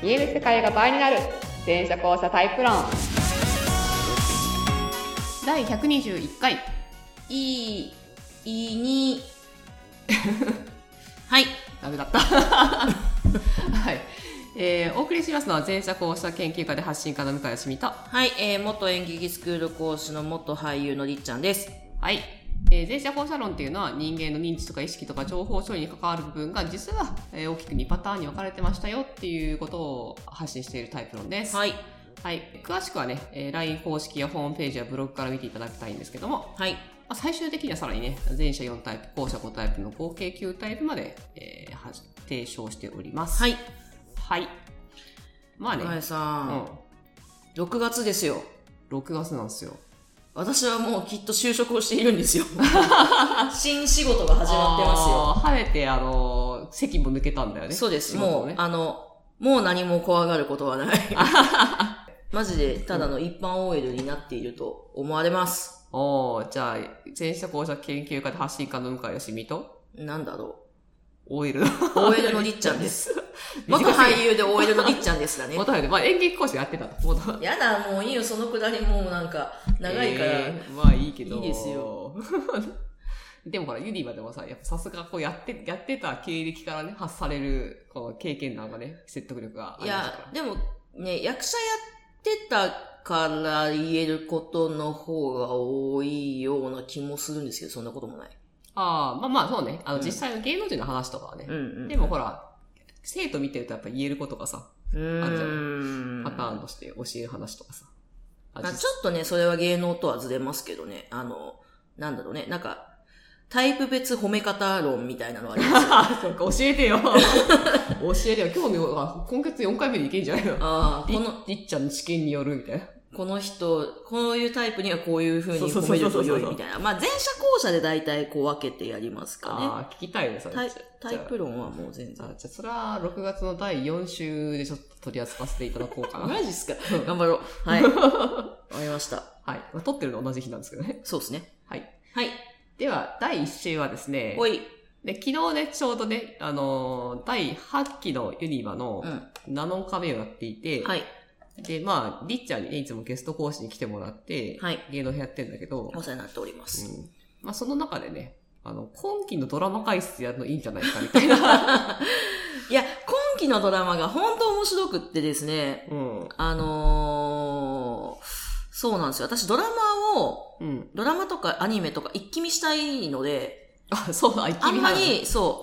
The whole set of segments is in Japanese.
見える世界が倍になる全社交差タイプ論。 第121回いにはいダメだったはい、お送りしますのは全社交差研究家で発信家の向井康美と、 はい、元演劇スクール講師の元俳優のりっちゃんです。 はい、全社交差論っていうのは人間の認知とか意識とか情報処理に関わる部分が実は、大きく2パターンに分かれてましたよっていうことを発信しているタイプ論です。 はいはい、詳しくはね、LINE 公式やホームページやブログから見ていただきたいんですけども、 はい、 最終的にはさらにね、前者4タイプ、後者5タイプの合計9タイプまで、提唱しております。 はい。 はい。まあね。 向井さん、6月ですよ。 6月なんですよ。 私はもうきっと就職をしているんですよ。新仕事が始まってますよ。 晴れて、席も抜けたんだよね。 そうです。 ね、 もう何も怖がることはない。マジでただの一般 OL になっていると思われます。 じゃあ、前者後者研究家で発信家の向井康美となんだろう。OL のりっちゃんです。元俳優で OL のりっちゃんですだね。 元俳優で、まあ演劇講師やってたと。 やだ、もういいよ、そのくだりもうなんか、長いから。 まあいいけど。 いいですよ。 でもほら、ユニバでもさ、やっぱさすがこうやってた経歴からね、発される、この経験談がね、説得力がありますから。 いや、でもね、役者やってたから言えることの方が多いような気もするんですけど、そんなこともない。 まあそうね。実際の芸能人の話とかはね。でもほら、生徒見てるとやっぱ言えることがさ、あるじゃない。パターンとして教える話とかさ。 ちょっとね、それは芸能とはずれますけどね。なんだろうね。なんか、タイプ別褒め方論みたいなのありますよ。 そうか、教えてよ。教えてよ。今月4回目でいけんじゃないの？りっちゃんの知見によるみたいな。 この人、こういうタイプにはこういう風に褒めると良いみたいな。まあ、前者後者で大体こう分けてやりますかね。 聞きたいね、それ。 タイプ論はもう全然。 じゃあ、それは6月の第4週でちょっと取り扱わせていただこうかな。 マジっすか？頑張ろう。はい。わかりました。 はい。まあ、撮ってるの同じ日なんですけどね。 そうですね。 はい。 はい。 では、第1週はですね。 おい。 で、昨日ね、ちょうどね、第8期のユニバの7日目をやっていて、 はい。 で、まあ、りっちゃんにね、いつもゲスト講師に来てもらって、 はい。 芸能やってんだけど、 お世話になっております。 まあ、その中でね、今期のドラマ解説やるのいいんじゃないかみたいな。 いや、今期のドラマが本当面白くってですね、そうなんですよ。私ドラマとかアニメとか一気見したいので、 そうだ、一気見あんまり、そう、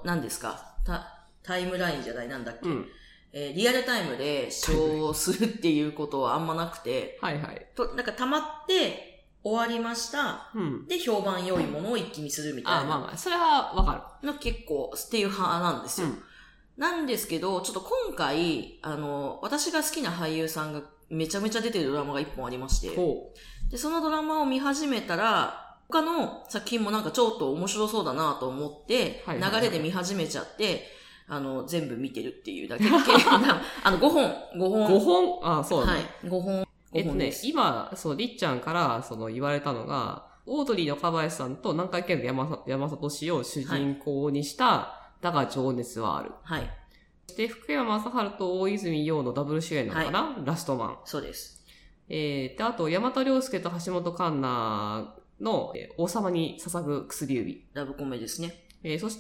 何ですか、タイムラインじゃない、なんだっけ。リアルタイムで視聴するっていうことはあんまなくて、 はいはい。 なんか溜まって終わりました。で、評判良いものを一気見するみたいな。 まあ、それはわかる。結構、っていう派なんですよ。なんですけど、ちょっと今回、私が好きな俳優さんがめちゃめちゃ出てるドラマが一本ありまして、で、そのドラマを見始めたら、他の作品もなんかちょっと面白そうだなと思って、流れで見始めちゃって、全部見てるっていうだけ。5本。 そうだね。 はい。5本。 今、りっちゃんから、言われたのが、オードリーの若林さんと南海キャンの山里氏を主人公にした、だが情熱はある。 はい。 そして、福山雅治と大泉洋のダブル主演なのかな、ラストマン。 そうです。 で、あと、山田涼介と橋本環奈の、王様に捧ぐ薬指。 ラブコメですね。 そして、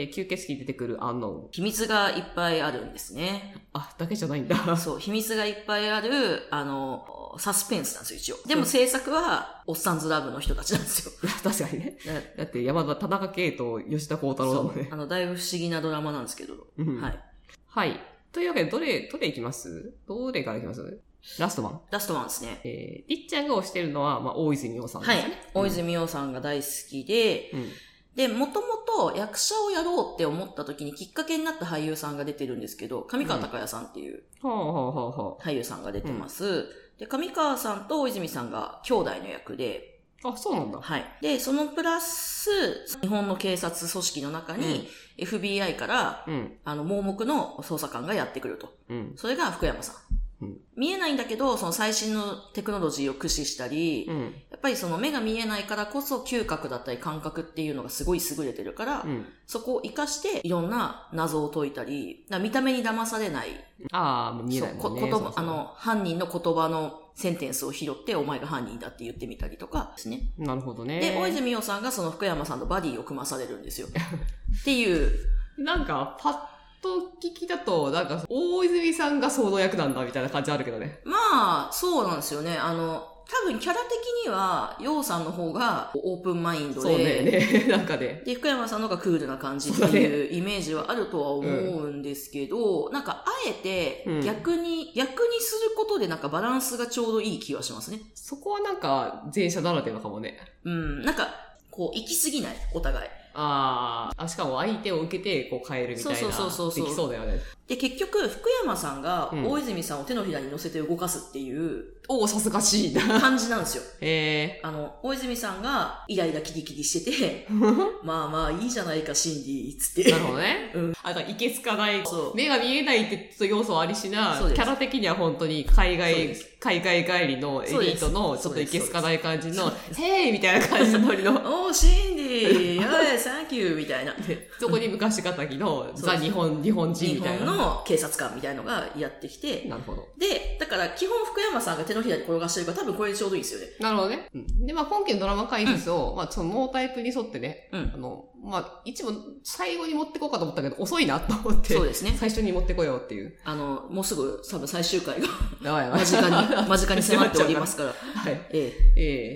吸血鬼に出てくるアンノーン。 秘密がいっぱいあるんですね。 だけじゃないんだ。 そう、秘密がいっぱいある、サスペンスなんですよ、一応。でも制作は、おっさんずラブの人たちなんですよ。 確かにね。だって、田中圭と吉田鋼太郎なので。 だいぶ不思議なドラマなんですけど。はい。 はい。というわけで、どれいきます？どれからいきます？ラストマンですね。 りっちゃんが推してるのは、大泉洋さんですね。 はい。大泉洋さんが大好きで、で、もともと役者をやろうって思った時にきっかけになった俳優さんが出てるんですけど、上川隆也さんっていう俳優さんが出てます。で、上川さんと大泉さんが兄弟の役で、 そうなんだ。 はい。で、そのプラス、日本の警察組織の中に、FBI から、盲目の捜査官がやってくると。それが福山さん。 見えないんだけど、その最新のテクノロジーを駆使したり、やっぱりその目が見えないからこそ嗅覚だったり感覚っていうのがすごい優れてるから、そこを活かしていろんな謎を解いたり、見た目に騙されない。 見えないもんね。 犯人の言葉のセンテンスを拾ってお前が犯人だって言ってみたりとかですね。 なるほどね。 で、大泉洋さんがその福山さんとバディを組まされるんですよ。っていう。 なんか、パッと聞きだと、なんか、大泉さんがその役なんだみたいな感じあるけどね。 まあ、そうなんですよね。多分キャラ的には、洋さんの方がオープンマインドで。 そうね、なんかね。 で、福山さんの方がクールな感じっていうイメージはあるとは思うんですけど、なんか、あえて逆にすることでなんかバランスがちょうどいい気はしますね。 そこはなんか、前者ならではかもね。 なんか、こう、行き過ぎない、お互い。 しかも相手を受けて、こう変えるみたいな。そうできそうだよね。 で、結局、福山さんが大泉さんを手のひらに乗せて動かすっていう、 さすがしいな。 感じなんですよ。大泉さんがイライラキリキリしてて、まあまあいいじゃないか、シンディつって。 なるほどね。いけつかない、目が見えないって要素ありしな、キャラ的には本当に海外帰りのエリートの、ちょっといけつかない感じの、ヘイみたいな感じのノリの。 おー、シンディーサンキューみたいな。 そこに昔敵のザ日本人みたいな。 日本の警察官みたいなのがやってきて。 なるほど。 で、だから基本福山さんが手のひらに転がしてるから多分これでちょうどいいですよね。 なるほどね。で、今期のドラマ解説を、そのノータイプに沿ってね、一部最後に持ってこうかと思ったけど、遅いなと思って。 そうですね。 最初に持ってこようっていう。 もうすぐ多分最終回が間近に迫っておりますから。 はい。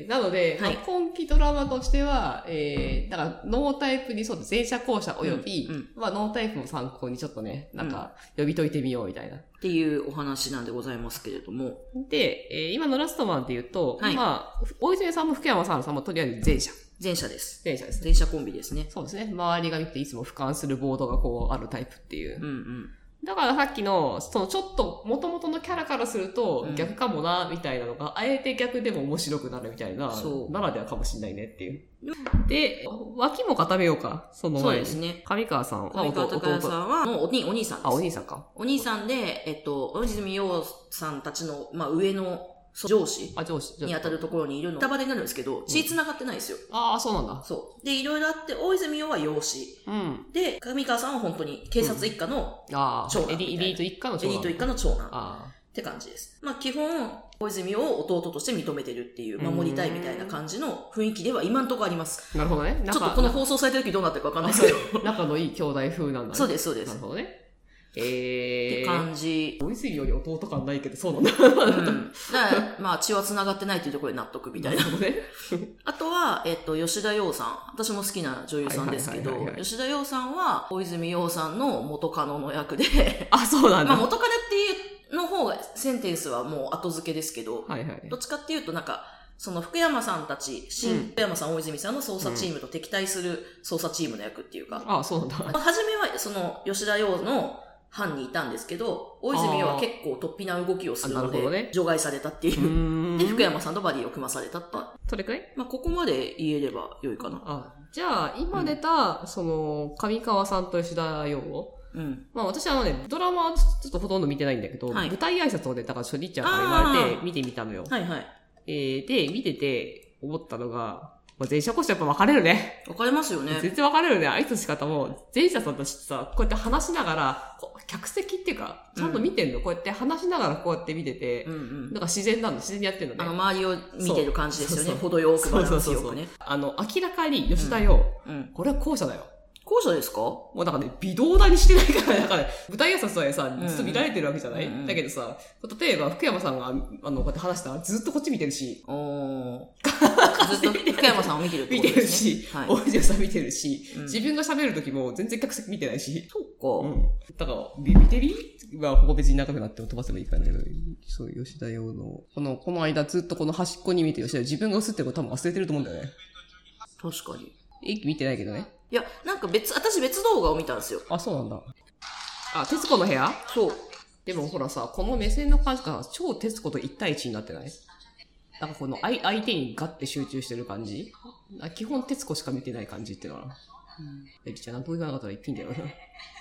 なので、今期ドラマとしては、だからノータイプに沿って前者後者及び、ノータイプも参考にちょっとね、なんか、呼び解いてみようみたいな。 っていうお話なんでございますけれども。 で、今のラストマンで言うと、大泉さんも福山さんもとりあえず前者。 前者です。 前者です。 前者コンビですね。 そうですね。周りが見ていつも俯瞰するボードがこうあるタイプっていう。だからさっきの、そのちょっと元々のキャラからすると逆かもな、みたいなのが、あえて逆でも面白くなるみたいな、ならではかもしれないねっていう。で、脇も固めようか。その前に。 そうですね。 上川さんは上川隆也さんは、お兄さんです。 お兄さんか。 お兄さんで、大泉洋さんたちの、上の、上司に当たるところにいるの。双葉でになるんですけど、血繋がってないですよ。 そうなんだ。 そう。で、いろいろあって、大泉洋は養子。で、上川さんは本当に警察一家の長男。 エリート一家の長男。 エリート一家の長男。って感じです。基本、大泉洋を弟として認めてるっていう、守りたいみたいな感じの雰囲気では今んとこあります。 なるほどね。 ちょっとこの放送されてる時どうなってるかわかんないですけど。 仲のいい兄弟風なんだね。 そうです、そうです。 なるほどね。 って感じ。 大泉より弟感ないけど、そうなんだ。 だから血は繋がってないっていうところで納得みたいな。あとは、吉田洋さん。私も好きな女優さんですけど、吉田洋さんは、大泉洋さんの元カノの役で。 そうなんだ。 元カノっていうの方が、センテンスはもう後付けですけど、どっちかっていうとその福山さんたち、福山さん、大泉さんの捜査チームと敵対する捜査チームの役っていうか。 そうなんだ。 初めは、その、吉田洋の、班にいたんですけど、大泉洋は結構突飛な動きをするので、除外されたっていう。で、福山さんとバディを組まされたって。 それくらい？ ここまで言えれば良いかな。 じゃあ、今出た、その、上川さんと吉田洋私はドラマはちょっとほとんど見てないんだけど、舞台挨拶をね、だからりっちゃんから言われて見てみたのよ。で、見てて思ったのが、前者後者やっぱ分かれるね。 分かれますよね。 全然分かれるね。挨拶仕方も、前者さんたちさ、こうやって話しながら、客席っていうか、ちゃんと見てんの、こうやって話しながらこうやって見てて、なんか自然にやってんのね。 周りを見てる感じですよね。程よくバランスよくね。 明らかに吉田洋、これは後者だよ。 後者ですか？ もう微動だにしてないから、舞台挨拶はさ、ずっと見られてるわけじゃない？だけどさ、例えば福山さんが、こうやって話したらずっとこっち見てるし。 ずっと福山さんを見てるってことですね。 見てるし、大泉さん見てるし、自分が喋るときも全然客席見てないし。 そうか。だから、見てりはここ別に長くなっても飛ばせばいいからだけど、そう、吉田洋の、この間ずっとこの端っこに見て吉田洋、自分が映ってること多分忘れてると思うんだよね。 確かに。 見てないけどね。 いや、私別動画を見たんですよ。 そうなんだ。徹子の部屋？ そう。 でもほらさ、この目線の感じが超徹子と1対1になってない？なんかこの相手にガッて集中してる感じ？基本徹子しか見てない感じっていうのは。ちゃんと言わなかったら一品だよな。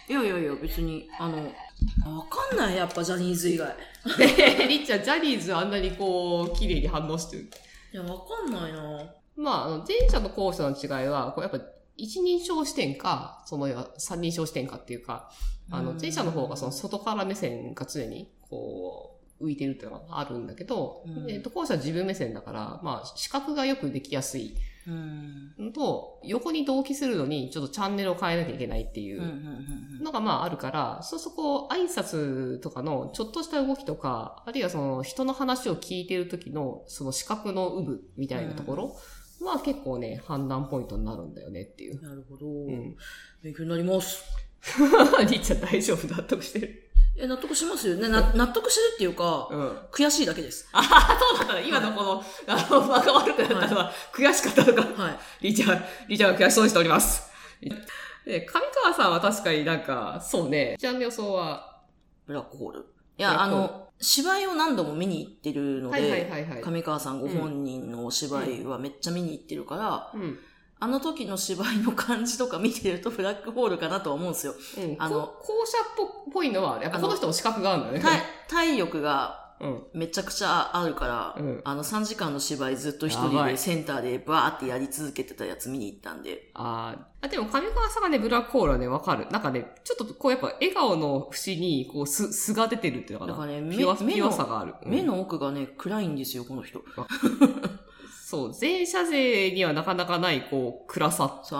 いや、別に、わかんない、やっぱジャニーズ以外。 りっちゃん、ジャニーズあんなにこう、綺麗に反応してる。 いや、わかんないな。 まあ、前者と後者の違いは、こうやっぱ、一人称視点か、三人称視点かっていうか、前者の方がその外から目線が常に、こう、浮いてるっていうのがあるんだけど、後者は自分目線だから、まあ、視覚がよくできやすい。と、横に同期するのに、ちょっとチャンネルを変えなきゃいけないっていうのがまああるから、そうするとこう、挨拶とかのちょっとした動きとか、あるいはその人の話を聞いている時のその視覚の有無みたいなところは結構ね、判断ポイントになるんだよねっていう。 なるほど。勉強になります。 りっちゃん大丈夫？納得してる？ 納得しますよね。納得してるっていうか、悔しいだけです。 そうなんだ。今のこの、間が悪くなったのは、悔しかったのか。はい。りーちゃんが悔しそうにしております。で、上川さんは確かになんか、そうね。ちゃんの予想は、 ブラックホール。いや、芝居を何度も見に行ってるので、上川さんご本人のお芝居はめっちゃ見に行ってるから、あの時の芝居の感じとか見てるとブラックホールかなとは思うんですよ。 後者っぽいのは、やっぱこの人も資格があるんだよね。 体力がめちゃくちゃあるから、3時間の芝居ずっと一人でセンターでバーってやり続けてたやつ見に行ったんで。 でも上川さんがね、ブラックホールはね、わかる。なんかね、ちょっとこうやっぱ笑顔の節に、こう素が出てるっていうのかな。 だからね、 ピュアさがある。 目の奥がね、暗いんですよ、この人。 そう、前者勢にはなかなかない、こう、暗さ。 そう、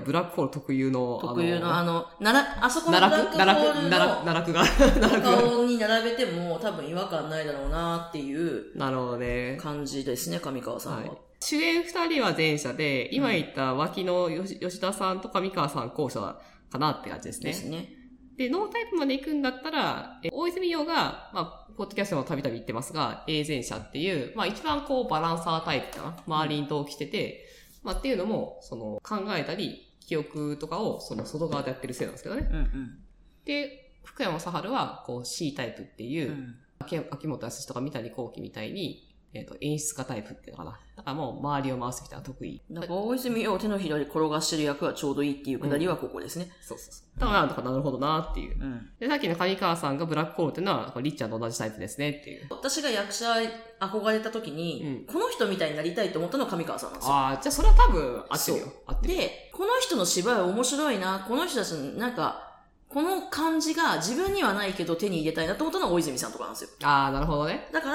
ブラックホール特有の、 あそこのブラックホールの奈落が顔に並べても多分違和感ないだろうなっていう。 なるほどね。 感じですね、上川さんは。 主演二人は前者で、今言った脇の吉田さんと上川さん後者かなって感じですね。 ですね。 で、ノータイプまで行くんだったら、大泉洋が、まあ、ポッドキャストもたびたび言ってますが、A 前者っていう、まあ一番こうバランサータイプかな。周りに同期してて、まあっていうのも、考えたり、記憶とかを外側でやってるせいなんですけどね。で、福山雅治は、こう C タイプっていう、秋元康とか三谷幸喜みたいに、演出家タイプっていうのかな。だからもう周りを回すみたいな得意。 だから大泉洋を手のひらで転がしてる役はちょうどいいっていうくだりはここですね。 そう。だからなるほどなっていう。で、さっきの上川さんがブラックホールっていうのは、りっちゃんと同じタイプですねっていう。 私が役者憧れた時に、この人みたいになりたいと思ったのは上川さんなんですよ。 じゃあそれは多分合ってるよ。合ってる。 で、この人の芝居面白いな、この人たちなんか、この感じが自分にはないけど手に入れたいなと思ったのは大泉さんとかなんですよ。 なるほどね。 だから、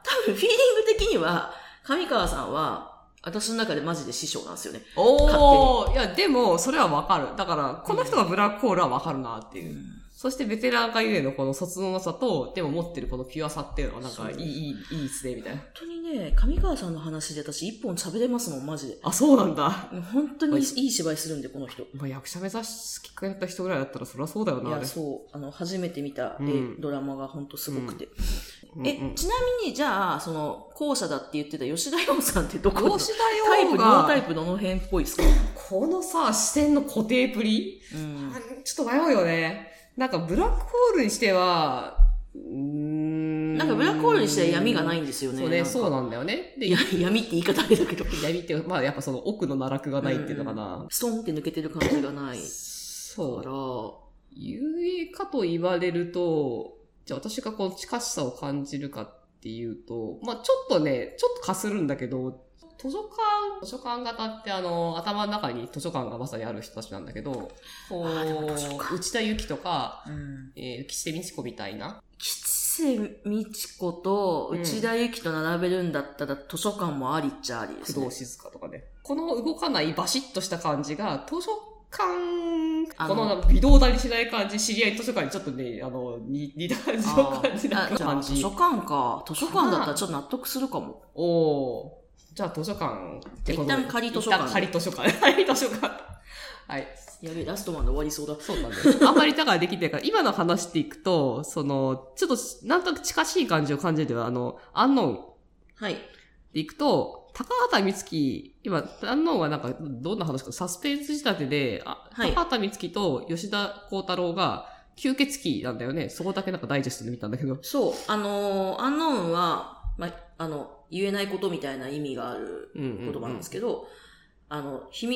多分フィーリング的には、上川さんは、私の中でマジで師匠なんですよね。 いや、でも、それはわかる。だから、この人がブラックホールはわかるなっていう。そしてベテランがゆえのこの卒のなさと、でも持ってるこのピュアさっていうのはなんかいいですね、みたいな。 本当にね、上川さんの話で私一本喋れますもん、マジで。 そうなんだ。 本当にいい芝居するんで、この人。 まあ、役者目指すきっかけだった人ぐらいだったらそりゃそうだよな。 いや、そう。初めて見たドラマが本当すごくて。ちなみに、じゃあ、後者だって言ってた吉田洋さんってどこの吉田洋がノータイプどの辺っぽいですか？ このさ、視点の固定プリ、ちょっと迷うよね。なんかブラックホールにしては、 なんかブラックホールにしては闇がないんですよね。 そうなんだよね。 で、闇って言い方あれだけど。 闇って、まあやっぱ奥の奈落がないっていうのかな。 ストンって抜けてる感じがない。 そう。遊泳かと言われると、じゃあ私がこの近しさを感じるかっていうと、まあちょっとかするんだけど、図書館型って頭の中に図書館がまさにある人たちなんだけど、内田有紀とか、吉瀬美智子みたいな。 吉瀬美智子と内田有紀と並べるんだったら図書館もありっちゃありですね。 工藤静香とかね。この動かないバシッとした感じが、図書館、この微動だにしない感じ、知り合い図書館にちょっとね、似た感じの感じな感じ。 図書館か。図書館だったらちょっと納得するかも。 じゃあ図書館って一旦仮図書館。 仮図書館。仮図書館。はい。 やべえ、ラストマンで終わりそうだ。 そうなんです。あんまりだからできないから、今の話でいくと、ちょっと、なんとなく近しい感じを感じるのは、アンノーン。 はい。 でいくと、高畑充希、今、アンノーンはなんか、どんな話か、サスペンス仕立てで、高畑充希と吉田鋼太郎が、吸血鬼なんだよね。そこだけなんかダイジェストで見たんだけど。 そう。アンノーンは、言えないことみたいな意味がある言葉なんですけど、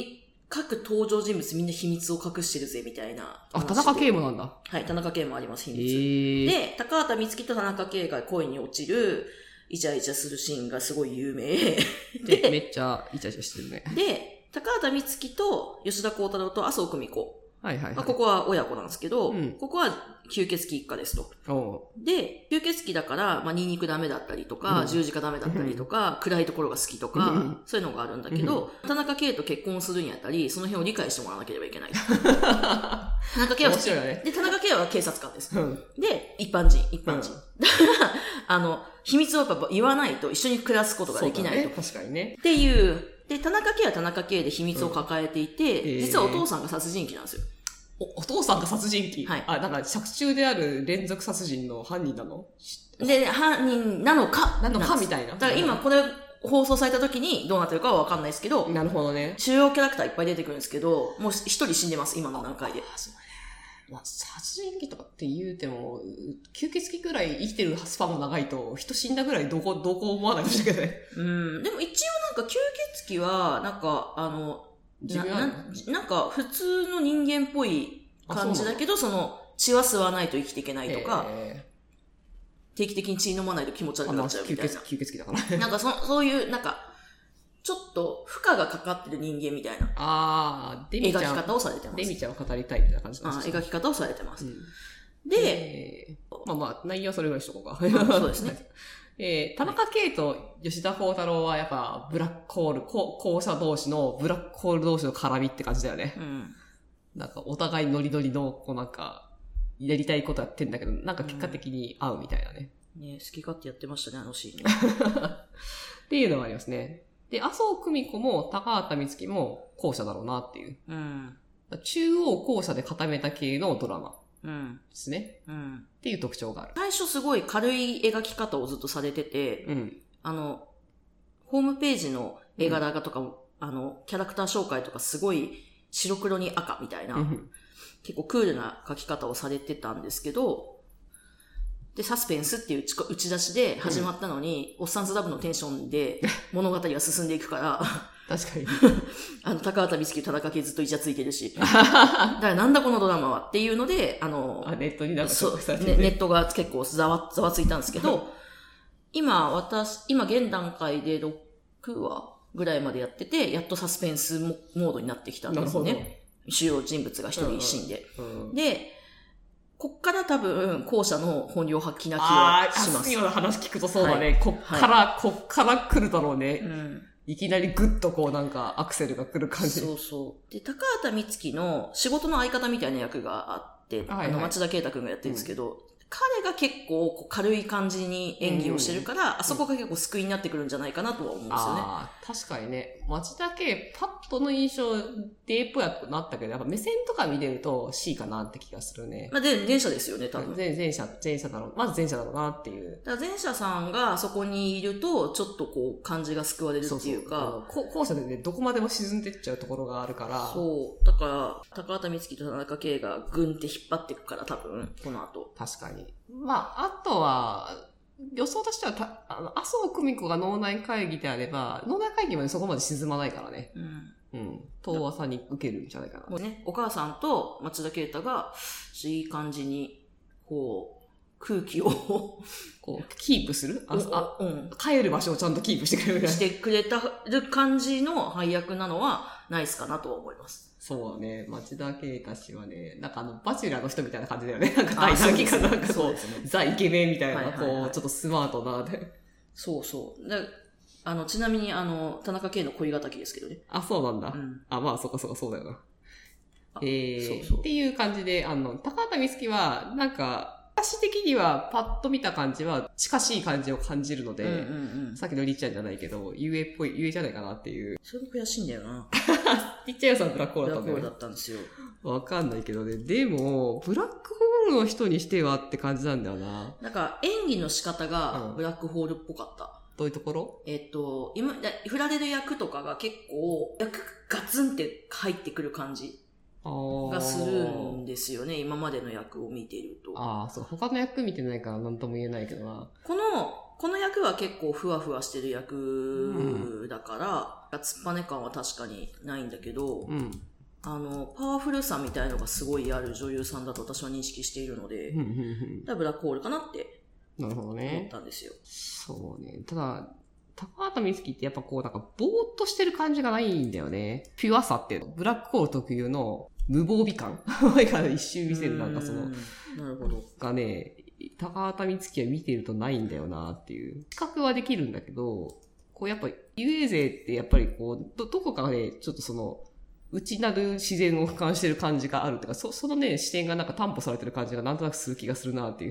各登場人物みんな秘密を隠してるぜみたいな。 あ、田中圭もなんだ。 はい、田中圭もあります、秘密。で、高畑充希と田中圭が恋に落ちる、イチャイチャするシーンがすごい有名。 で、めっちゃイチャイチャしてるね。 で、高畑充希と吉田鋼太郎と麻生久美子。 はいはい、はい。 ここは親子なんですけど、ここは吸血鬼一家ですと。で、吸血鬼だから、ニンニクダメだったりとか、十字架ダメだったりとか、暗いところが好きとか、そういうのがあるんだけど、田中圭と結婚するにあたり、その辺を理解してもらわなければいけない。田中圭は、 ね、 で、田中圭は警察官です。で、一般人。だから、秘密をやっぱ言わないと一緒に暮らすことができないと。 確かにね。 っていう、で、田中圭は田中圭で秘密を抱えていて、実はお父さんが殺人鬼なんですよ。 お父さんが殺人鬼？ はい。 あ、なんか、作中である連続殺人の犯人なの？ で、犯人なのかみたいな。 だから今これ放送された時にどうなってるかはわかんないですけど。 なるほどね。 主要キャラクターいっぱい出てくるんですけど、もう一人死んでます、今の段階で。 そうね。殺人鬼とかって言うても、吸血鬼くらい生きてるスパンも長いと、人死んだぐらいどこ思わないかもしれないけどね。 でも一応なんか吸血鬼は、なんか、なんか普通の人間っぽい感じだけど、その血は吸わないと生きていけないとか、定期的に血飲まないと気持ち悪くなっちゃうみたいな。 吸血鬼だから。 なんかそういう、なんか、ちょっと負荷がかかってる人間みたいな描き方をされてます。 デミちゃんを語りたいみたいな感じなんですか？描き方をされてます。 で、内容はそれぐらいしとこうか。 そうですね。 田中圭と吉田鋼太郎はやっぱブラックホール、校舎同士のブラックホール同士の絡みって感じだよね。なんかお互いノリノリの、なんか、やりたいことやってんだけど、なんか結果的に合うみたいなね。 ね、好き勝手やってましたね、あのシーン。 っていうのがありますね。で、麻生久美子も高畑充希も後者だろうなっていう。中央後者で固めた系のドラマですね。っていう特徴がある。 最初すごい軽い描き方をずっとされてて、ホームページの絵柄とか、キャラクター紹介とかすごい白黒に赤みたいな、結構クールな描き方をされてたんですけど、で、サスペンスっていう打ち出しで始まったのに、おっさんずラブのテンションで物語が進んでいくから、 確かに。 高畑充希と田中圭ずっとイチャついてるし。だからなんだこのドラマはっていうので、 ネットになんかそう、ネットが結構ざわついたんですけど、今現段階で6話ぐらいまでやってて、やっとサスペンスモードになってきたんですね。主要人物が一人一心で。で、こっから多分、後者の本領発揮な気はします。 今の話聞くとそうだね。こっから来るだろうね。いきなりグッとなんかアクセルが来る感じ。 そうそう。で、高畑充希の仕事の相方みたいな役があって、町田啓太くんがやってるんですけど、彼が結構軽い感じに演技をしてるから、あそこが結構救いになってくるんじゃないかなとは思うんですよね。 確かにね。町田圭、パッとの印象、D っぽいやとなったけど、やっぱ目線とか見てると C かなって気がするね。 で、前者ですよね、多分。 前者だろう。まず前者だろうなっていう。 だから前者さんがそこにいると、ちょっと感じが救われるっていうか。 後者でね、どこまでも沈んでっちゃうところがあるから。 そう。だから、高畑充希と田中圭がグンって引っ張っていくから、多分、この後。 確かに。あとは、予想としては麻生久美子が脳内会議であれば、脳内会議までそこまで沈まないからね。遠和さんに受けるんじゃないかな。 もうね、お母さんと町田啓太が、いい感じに、空気をキープする帰る場所をちゃんとキープしてくれる。 してくれたる感じの配役なのは、ナイスかなとは思います。 そうね。町田啓太氏はね、なんかバチェラーの人みたいな感じだよね。なんか第3期かなんかザイケメンみたいな、ちょっとスマートな。 そうそう。ちなみに田中圭の恋敵ですけどね。 そうなんだ。そこそうだよな。っていう感じで、高畑充希は、なんか、私的にはパッと見た感じは近しい感じを感じるので、さっきのりっちゃんじゃないけど、ゆえじゃないかなっていう。 それも悔しいんだよな。 りっちゃんさんブラックホールだったんだよね。 ブラックホールだったんですよ。 わかんないけどね。でも、ブラックホールの人にしてはって感じなんだよな。 なんか演技の仕方がブラックホールっぽかった。 どういうところ？ 今、振られる役とかが結構、役ガツンって入ってくる感じ。がするんですよね。今までの役を見ていると。 そう。他の役見てないから何とも言えないけどな。 ここの役は結構ふわふわしてる役だから、突っぱね感は確かにないんだけど、パワフルさみたいのがすごいある女優さんだと私は認識しているので、ブラックホールかなって思ったんですよ。 そうね。ただ、高畑充希ってやっぱこうなんかぼーっとしてる感じがないんだよね。ピュアさっていうの。ブラックホール特有の無防備感が一瞬見せるなんかその、 なるほど。 がね、高畑充希は見てるとないんだよなっていう。比較はできるんだけど、こうやっぱ、ユエゼってやっぱりこう、どこかね、ちょっとその、内なる自然を俯瞰してる感じがあるっていうか、そのね、視点がなんか担保されてる感じがなんとなくする気がするなっていう。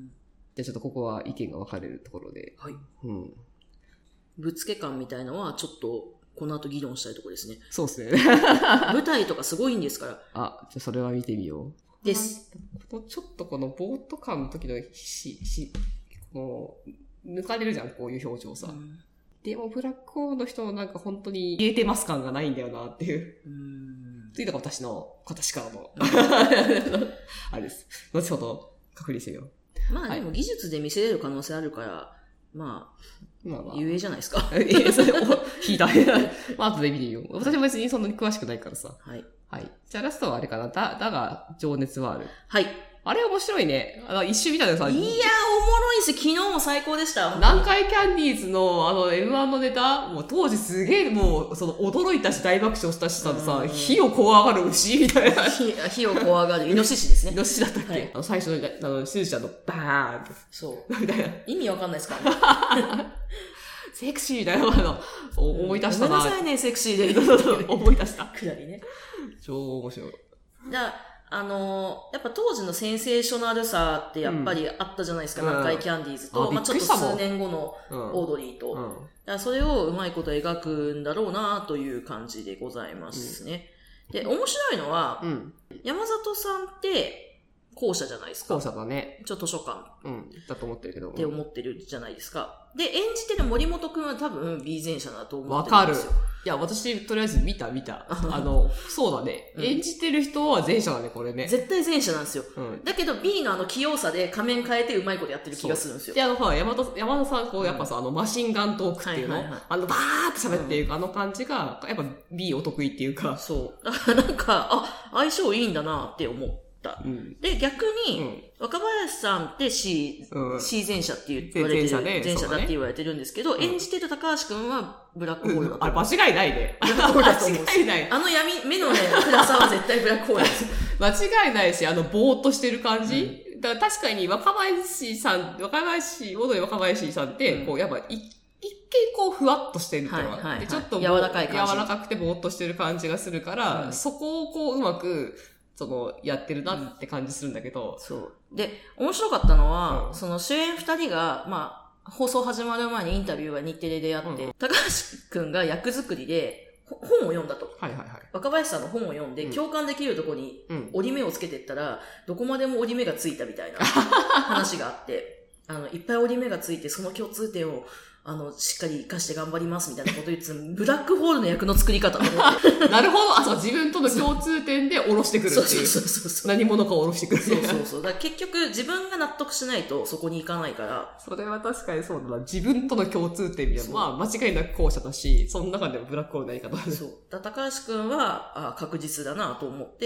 じゃあちょっとここは意見が分かれるところで。 はい。ぶつけ感みたいのはちょっと、この後議論したいところですね。 そうですね。 舞台とかすごいんですから。 じゃあそれは見てみよう。 です。 ちょっとこのボート感の時のこの、抜かれるじゃん、こういう表情さ。でもブラックホールの人のなんか本当に言えてます感がないんだよなっていう。っていうのが私からの、あれです。後ほど確認してみよう。まあでも技術で見せれる可能性あるから、まあ、有名じゃないですか。 それ引いた。まあ後で見てみよう。私も別にそんなに詳しくないからさ。 はい。 はい。じゃあラストはあれかな。だが情熱はある。 はい。 あれ面白いね。一瞬見たのさ。 いやー、おもろいし、昨日も最高でした。 南海キャンディーズのM1 のネタ、もう当時すげえもう、その驚いたし大爆笑したしさ、火を怖がる牛みたいな。 火を怖がるイノシシですね。 イノシシだったっけ、はい、最初の、しずちゃんのバーンって。 そう。みたいな。意味わかんないですからね。 セクシーみたいな思い出したな。 ごめんなさいね、セクシーで。 思い出した。 くだりね。 超面白い。 やっぱ当時のセンセーショナルさってやっぱりあったじゃないですか、南海キャンディーズと、まあちょっと数年後のオードリーと。だからそれをうまいこと描くんだろうなという感じでございますね。で、面白いのは、山里さんって後者じゃないですか。 後者だね。 図書館。 だと思ってるけど。 って思ってるじゃないですか。で、演じてる森本くんは多分 B 前者だと思ってるんですよ。 わかる。いや、私、とりあえず見た。そうだね。演じてる人は前者だね、これね。 絶対前者なんですよ。だけど B の器用さで仮面変えてうまいことやってる気がするんですよ。 で、山田さん、こう、やっぱさ、マシンガントークっていうの、バーって喋っていく感じが、やっぱ B お得意っていうか。 そう。だからなんか、相性いいんだなって思う。で、逆に、若林さんって C 前者って言われてる、前者だって言われてるんですけど、演じてる高橋くんはブラックホールだと思う。 間違いないね。 間違いない。目のね、暗さは絶対ブラックホールです。 間違いないし、ぼーっとしてる感じ。だから確かに若林さんって、こう、やっぱ一見こう、ふわっとしてるっていうのがあって、ちょっと柔らかい感じ。 柔らかくてぼーっとしてる感じがするから、そこをこう、うまく、やってるなって感じするんだけど。 そう。で、面白かったのは、その主演二人が、まあ、放送始まる前にインタビューが日テレでやって、高橋くんが役作りで本を読んだと。若林さんの本を読んで、共感できるところに折り目をつけてったら、どこまでも折り目がついたみたいな話があって、いっぱい折り目がついて、その共通点を、しっかり活かして頑張りますみたいなこと言ってブラックホールの役の作り方と思って。 なるほど。自分との共通点で下ろしてくるっていう。 そう。 何者か下ろしてくる。 そう。だから結局自分が納得しないとそこに行かないから。 それは確かにそうだな。自分との共通点みたいな。まあ間違いなく後者だし、その中でもブラックホールのやり方。 そう。高橋くんは確実だなと思って、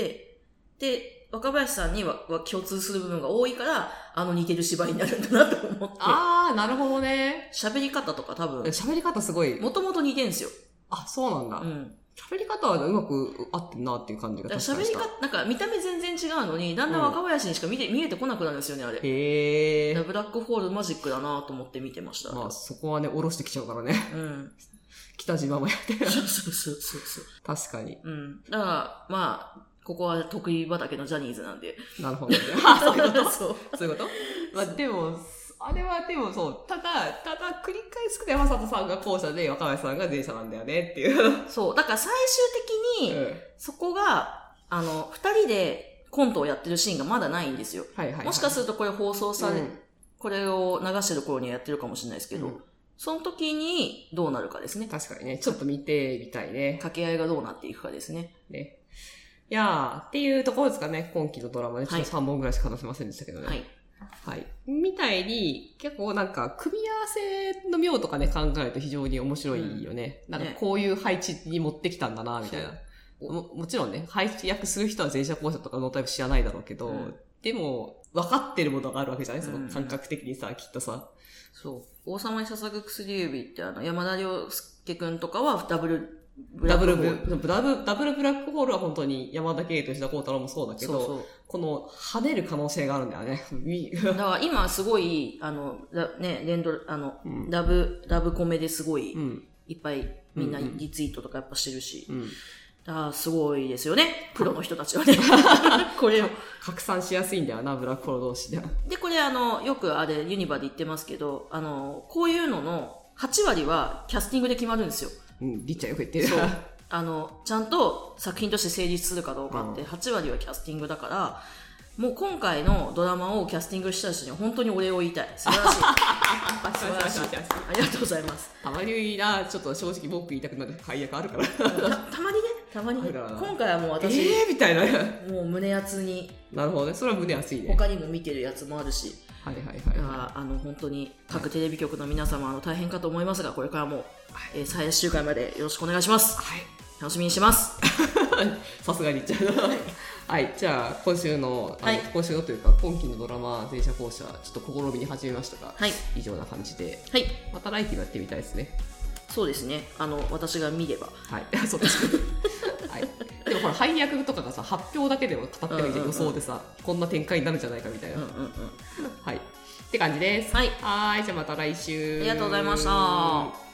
で、若林さんには共通する部分が多いから、似てる芝居になるんだなと思って。 なるほどね。 喋り方とか多分。 喋り方すごい。 もともと似てんすよ。 そうなんだ。喋り方はうまく合ってんなっていう感じが確かにした。 喋り方、なんか見た目全然違うのに、だんだん若林にしか見えてこなくなるんですよね、あれ。ブラックホールマジックだなと思って見てました。 まあ、そこはね、下ろしてきちゃうからね。北島もやってる。 そう。 確かに。 だから、まあ、ここは得意畑のジャニーズなんで。 なるほどね。そういうことそういうことまあでも、あれはでもそう、ただ繰り返すく山里さんが後者で若林さんが前者なんだよねっていう。 そう。だから最終的に、そこが、二人でコントをやってるシーンがまだないんですよ。もしかするとこれ放送され、これを流してる頃にはやってるかもしれないですけど、その時にどうなるかですね。 確かにね。ちょっと見てみたいね。 掛け合いがどうなっていくかですね。 ね。いやー、っていうところですかね。今期のドラマでちょっと3本ぐらいしか話せませんでしたけどね。 はい。 はい。みたいに、結構なんか、組み合わせの妙とかね、考えると非常に面白いよね。なんかこういう配置に持ってきたんだな、みたいな。もちろんね、配役する人は前者後者とかノータイプ知らないだろうけど、でも、分かってるものがあるわけじゃないその感覚的にさ、きっとさ。 そう。王様に捧ぐ薬指って山田涼介くんとかはダブルブラックホールは本当に山田圭と石田幸太郎もそうだけど、この跳ねる可能性があるんだよね。 だから今すごい、ラブコメですごい、いっぱいみんなリツイートとかやっぱしてるし、だからすごいですよね。プロの人たちはね。これを。 拡散しやすいんだよな、ブラックホール同士で。 で、これよくユニバで言ってますけど、こういうのの8割はキャスティングで決まるんですよ。 りっちゃんよく言ってる。 そう。ちゃんと作品として成立するかどうかって、8割はキャスティングだから、もう今回のドラマをキャスティングした人には本当にお礼を言いたい。素晴らしい。素晴らしい。ありがとうございます。 たまにな、ちょっと正直文句言いたくなる配役あるから。 たまにね。今回はもう私、 みたいな。 もう胸熱に。 なるほどね。それは胸熱いね。 他にも見てるやつもあるし。 はいはいはい。 本当に各テレビ局の皆様大変かと思いますが、これからも、最終回までよろしくお願いします。はい。楽しみにしてます。 さすがに言っちゃうな。はい。じゃあ、今週のというか、今期のドラマ、前者後者、ちょっと試みに始めましたが、以上な感じで、また来期もやってみたいですね。 そうですね。私が見れば。 はい。そうです。はい。でもほら、配役とかがさ、発表だけでも語ってないで予想でさ、こんな展開になるんじゃないかみたいな。はい。って感じです。はい。じゃあまた来週。 ありがとうございました。